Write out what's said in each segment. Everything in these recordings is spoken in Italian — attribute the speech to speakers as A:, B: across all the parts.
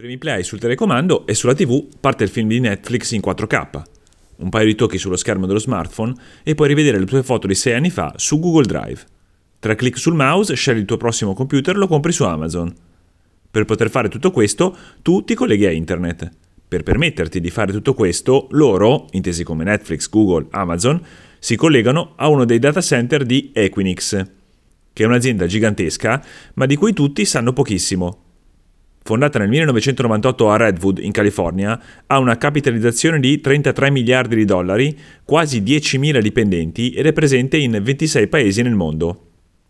A: Premi play sul telecomando e sulla TV parte il film di Netflix in 4K. Un paio di tocchi sullo schermo dello smartphone e puoi rivedere le tue foto di 6 anni fa su Google Drive. 3 clic sul mouse, scegli il tuo prossimo computer e lo compri su Amazon. Per poter fare tutto questo, tu ti colleghi a internet. Per permetterti di fare tutto questo, loro, intesi come Netflix, Google, Amazon, si collegano a uno dei data center di Equinix, che è un'azienda gigantesca, ma di cui tutti sanno pochissimo. Fondata nel 1998 a Redwood, in California, ha una capitalizzazione di 33 miliardi di dollari, quasi 10.000 dipendenti ed è presente in 26 paesi nel mondo.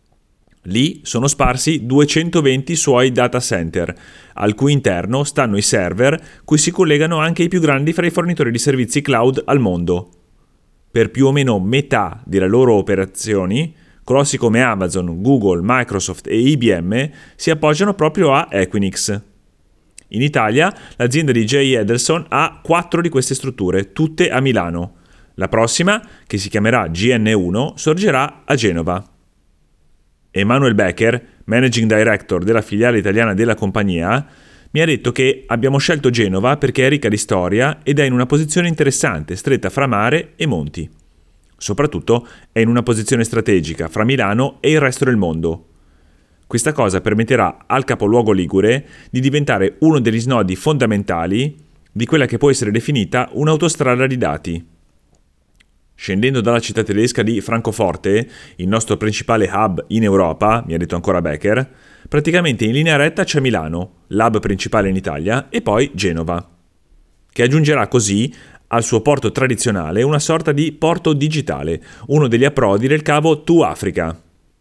A: Lì sono sparsi 220 suoi data center, al cui interno stanno i server cui si collegano anche i più grandi fra i fornitori di servizi cloud al mondo. Per più o meno metà delle loro operazioni, colossi come Amazon, Google, Microsoft e IBM si appoggiano proprio a Equinix. In Italia, l'azienda di Jay Edelson ha 4 di queste strutture, tutte a Milano. La prossima, che si chiamerà GN1, sorgerà a Genova. Emanuel Becker, Managing Director della filiale italiana della compagnia, mi ha detto che abbiamo scelto Genova perché è ricca di storia ed è in una posizione interessante, stretta fra mare e monti. Soprattutto è in una posizione strategica fra Milano e il resto del mondo. Questa cosa permetterà al capoluogo ligure di diventare uno degli snodi fondamentali di quella che può essere definita un'autostrada di dati. Scendendo dalla città tedesca di Francoforte, il nostro principale hub in Europa, mi ha detto ancora Becker, praticamente in linea retta c'è Milano, l'hub principale in Italia, e poi Genova, che aggiungerà così al suo porto tradizionale una sorta di porto digitale, uno degli approdi del cavo To Africa.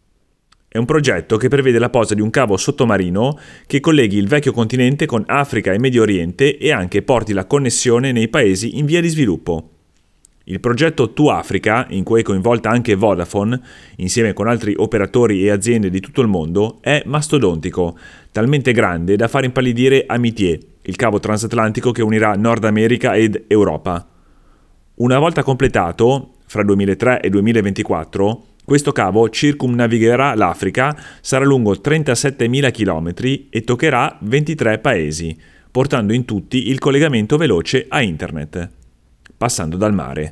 A: È un progetto che prevede la posa di un cavo sottomarino che colleghi il vecchio continente con Africa e Medio Oriente e anche porti la connessione nei paesi in via di sviluppo. Il progetto To Africa, in cui è coinvolta anche Vodafone, insieme con altri operatori e aziende di tutto il mondo, è mastodontico, talmente grande da far impallidire Amitié, il cavo transatlantico che unirà Nord America ed Europa. Una volta completato, fra 2003 e 2024, questo cavo circumnavigherà l'Africa, sarà lungo 37.000 km e toccherà 23 paesi, portando in tutti il collegamento veloce a internet, passando dal mare.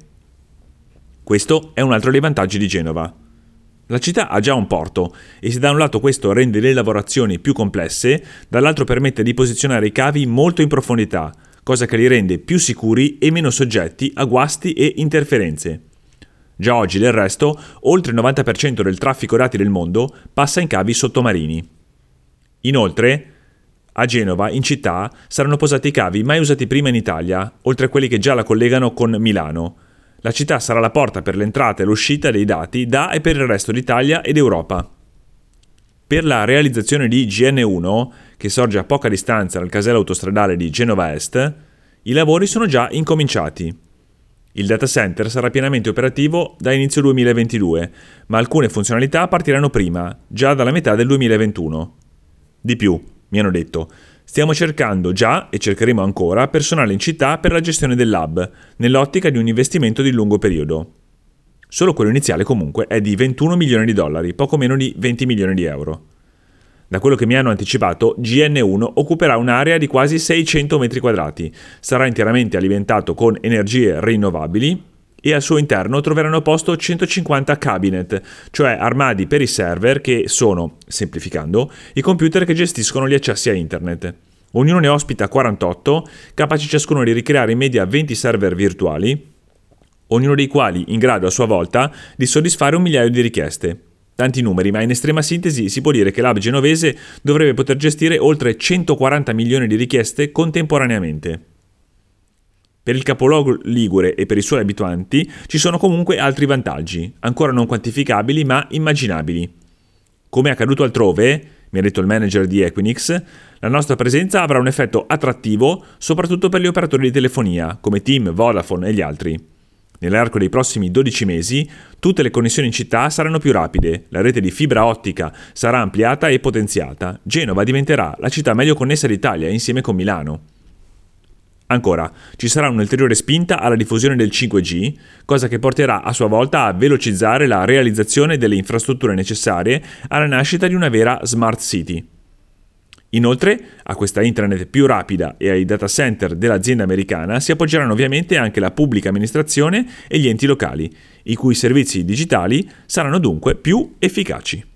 A: Questo è un altro dei vantaggi di Genova. La città ha già un porto e se da un lato questo rende le lavorazioni più complesse, dall'altro permette di posizionare i cavi molto in profondità, cosa che li rende più sicuri e meno soggetti a guasti e interferenze. Già oggi, del resto, oltre il 90% del traffico dati del mondo passa in cavi sottomarini. Inoltre, a Genova, in città, saranno posati i cavi mai usati prima in Italia, oltre a quelli che già la collegano con Milano. La città sarà la porta per l'entrata e l'uscita dei dati da e per il resto d'Italia ed Europa. Per la realizzazione di GN1, che sorge a poca distanza dal casello autostradale di Genova Est, i lavori sono già incominciati. Il data center sarà pienamente operativo da inizio 2022, ma alcune funzionalità partiranno prima, già dalla metà del 2021. Di più, mi hanno detto, stiamo cercando già, e cercheremo ancora, personale in città per la gestione dell'hub, nell'ottica di un investimento di lungo periodo. Solo quello iniziale comunque è di 21 milioni di dollari, poco meno di 20 milioni di euro. Da quello che mi hanno anticipato, GN1 occuperà un'area di quasi 600 metri quadrati, sarà interamente alimentato con energie rinnovabili e al suo interno troveranno posto 150 cabinet, cioè armadi per i server che sono, semplificando, i computer che gestiscono gli accessi a internet. Ognuno ne ospita 48, capaci ciascuno di ricreare in media 20 server virtuali, ognuno dei quali in grado a sua volta di soddisfare 1 migliaio di richieste. Tanti numeri, ma in estrema sintesi si può dire che l'hub genovese dovrebbe poter gestire oltre 140 milioni di richieste contemporaneamente. Per il capoluogo ligure e per i suoi abitanti ci sono comunque altri vantaggi, ancora non quantificabili ma immaginabili. Come è accaduto altrove, mi ha detto il manager di Equinix, la nostra presenza avrà un effetto attrattivo soprattutto per gli operatori di telefonia, come TIM, Vodafone e gli altri. Nell'arco dei prossimi 12 mesi, tutte le connessioni in città saranno più rapide, la rete di fibra ottica sarà ampliata e potenziata, Genova diventerà la città meglio connessa d'Italia insieme con Milano. Ancora, ci sarà un'ulteriore spinta alla diffusione del 5G, cosa che porterà a sua volta a velocizzare la realizzazione delle infrastrutture necessarie alla nascita di una vera Smart City. Inoltre, a questa intranet più rapida e ai data center dell'azienda americana si appoggeranno ovviamente anche la pubblica amministrazione e gli enti locali, i cui servizi digitali saranno dunque più efficaci.